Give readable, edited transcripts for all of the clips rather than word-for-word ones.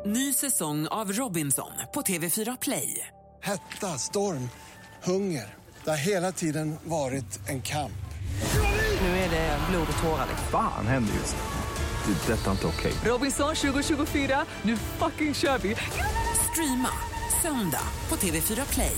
Ny säsong av Robinson på TV4 Play. Hetta, storm, hunger. Det har hela tiden varit en kamp. Nu är det blod och tårar. Fan händer just nu. Det. Detta är inte okej. Robinson 2024, nu fucking kör vi. Streama söndag på TV4 Play.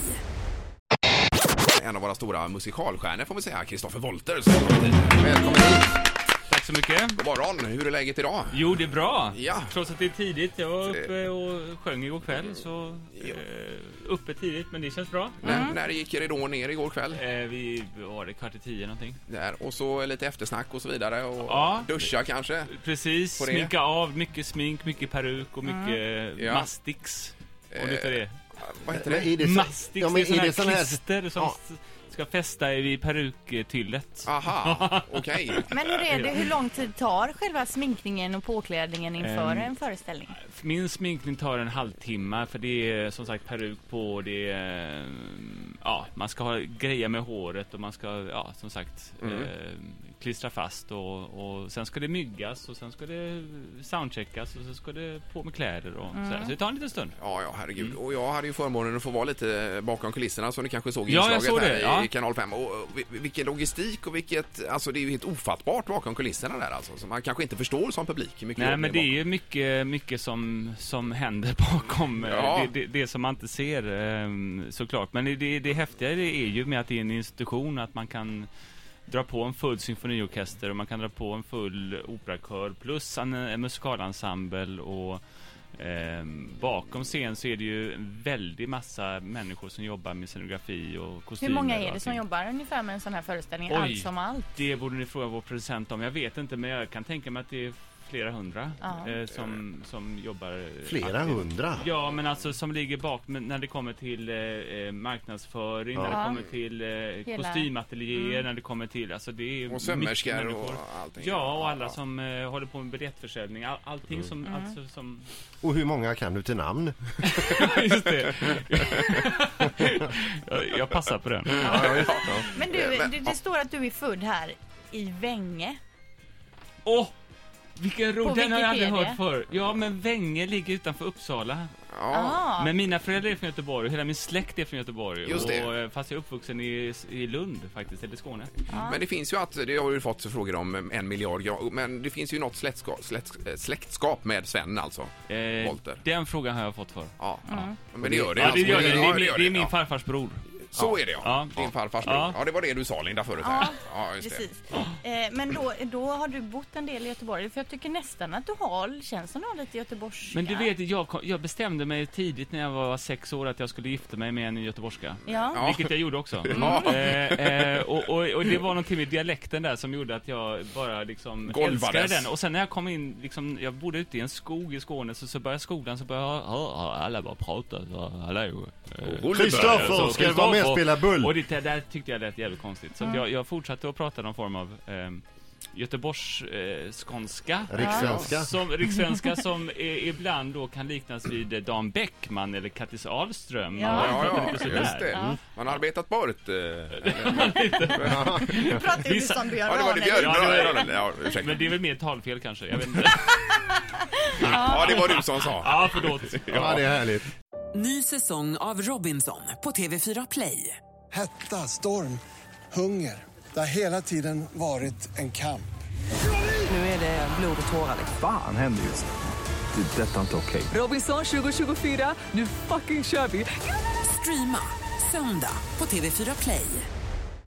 En av våra stora musikalstjärnor får man säga, Kristoffer Wolter. Välkommen hit. Tack så mycket. God morgon, hur är läget idag? Jo, det är bra. Ja. Trots att det är tidigt. Jag var uppe och sjöng igår kväll. Så uppe tidigt, men det känns bra. När gick ridån ner igår kväll? Vi var det 9:15 någonting. Där. Och så lite eftersnack och så vidare. Och Ja. Duscha kanske? Precis, sminka av. Mycket smink, mycket peruk och mycket mastix. Om du tar det. Vad heter det? Är det Mastix, ja, men det är är det sån sån här här klister som ska fästa vid peruktyllet. Aha, okej. Men hur är det? Hur lång tid tar själva sminkningen och påklädningen inför en föreställning? Min sminkning tar en halvtimme, för det är som sagt peruk på, det är, man ska ha grejer med håret och man ska, som sagt, klistra fast och sen ska det myggas och sen ska det soundcheckas och sen ska det på med kläder och sådär. Så det tar en liten stund. Ja, herregud. Och jag hade ju förmånen att få vara lite bakom kulisserna, som ni kanske såg Ja, inslaget jag såg här det, i Kanal 5. Och vilken logistik och vilket, alltså det är ju helt ofattbart bakom kulisserna där alltså. Så man kanske inte förstår som publik hur mycket. Nej, men det är ju mycket som händer bakom det som man inte ser, såklart. Men det häftiga är ju med att det är en institution, att man kan dra på en full symfoniorkester och man kan dra på en full operakör plus en musikalensemble och bakom scen så är det ju en väldig massa människor som jobbar med scenografi och kostymer. Hur många är det som jobbar ungefär med en sån här föreställning? Allt som allt? Det borde ni fråga vår producent om. Jag vet inte, men jag kan tänka mig att det är flera hundra som jobbar. Flera hundra? Ja, men alltså som ligger bak när det kommer till marknadsföring, när det kommer till kostymateljéer, när det kommer till, alltså det är och sömmerskor och allting. Ja, och alla som håller på med biljettförsäljning, allting som, alltså, som... Och hur många kan du till namn? Just det. jag passar på den. Men du, det står att du är född här i Vänge. Vilken ro, den har jag aldrig hört för. Ja, men Vänge ligger utanför Uppsala. Ja. Men mina föräldrar är från Göteborg och hela min släkt är från Göteborg. Just det. Och, fast jag är uppvuxen i Lund faktiskt, eller Skåne. Men det finns ju det har du fått frågor om 1 miljard. Men det finns ju något släktskap med Sven alltså. Wolter. Den frågan har jag fått för. Ja. Men det gör det. Ja, alltså. det är min farfars bror. Så är det, din farfars bror. Ja, det var det du sa, Linda, förut här. Ja, just precis. det. Men då har du bott en del i Göteborg. För jag tycker nästan att du känns som du har lite göteborgska. Men du vet, jag bestämde mig tidigt när jag var 6 år att jag skulle gifta mig med en göteborgska. Ja. Vilket jag gjorde också. Och det var någonting med dialekten där som gjorde att jag bara liksom älskade den. Och sen när jag kom in, liksom, jag bodde ute i en skog i Skåne, så började skolan, så började alla bara prata. Kristoffer, ska du vara med och spela bull? Och det där tyckte jag lät jävligt konstigt. Så jag fortsatte att prata någon form av Göteborgs skånska. Rikssvenska som ibland då kan liknas vid Dan Bäckman eller Kattis Ahlström. Just det. Man har arbetat bort. Pratar du som Björn det var det Björn. Men det är väl mer talfel kanske, jag vet inte. Ja, det var du som sa. Ja, förlåt. Ja, det är härligt. Ny säsong av Robinson på TV4 Play. Hetta, storm, hunger. Det har hela tiden varit en kamp. Nu är det blod och tårar. Fan händer just nu. Det. Detta är inte okej. Robinson 2024, nu fucking kör vi. Streama söndag på TV4 Play.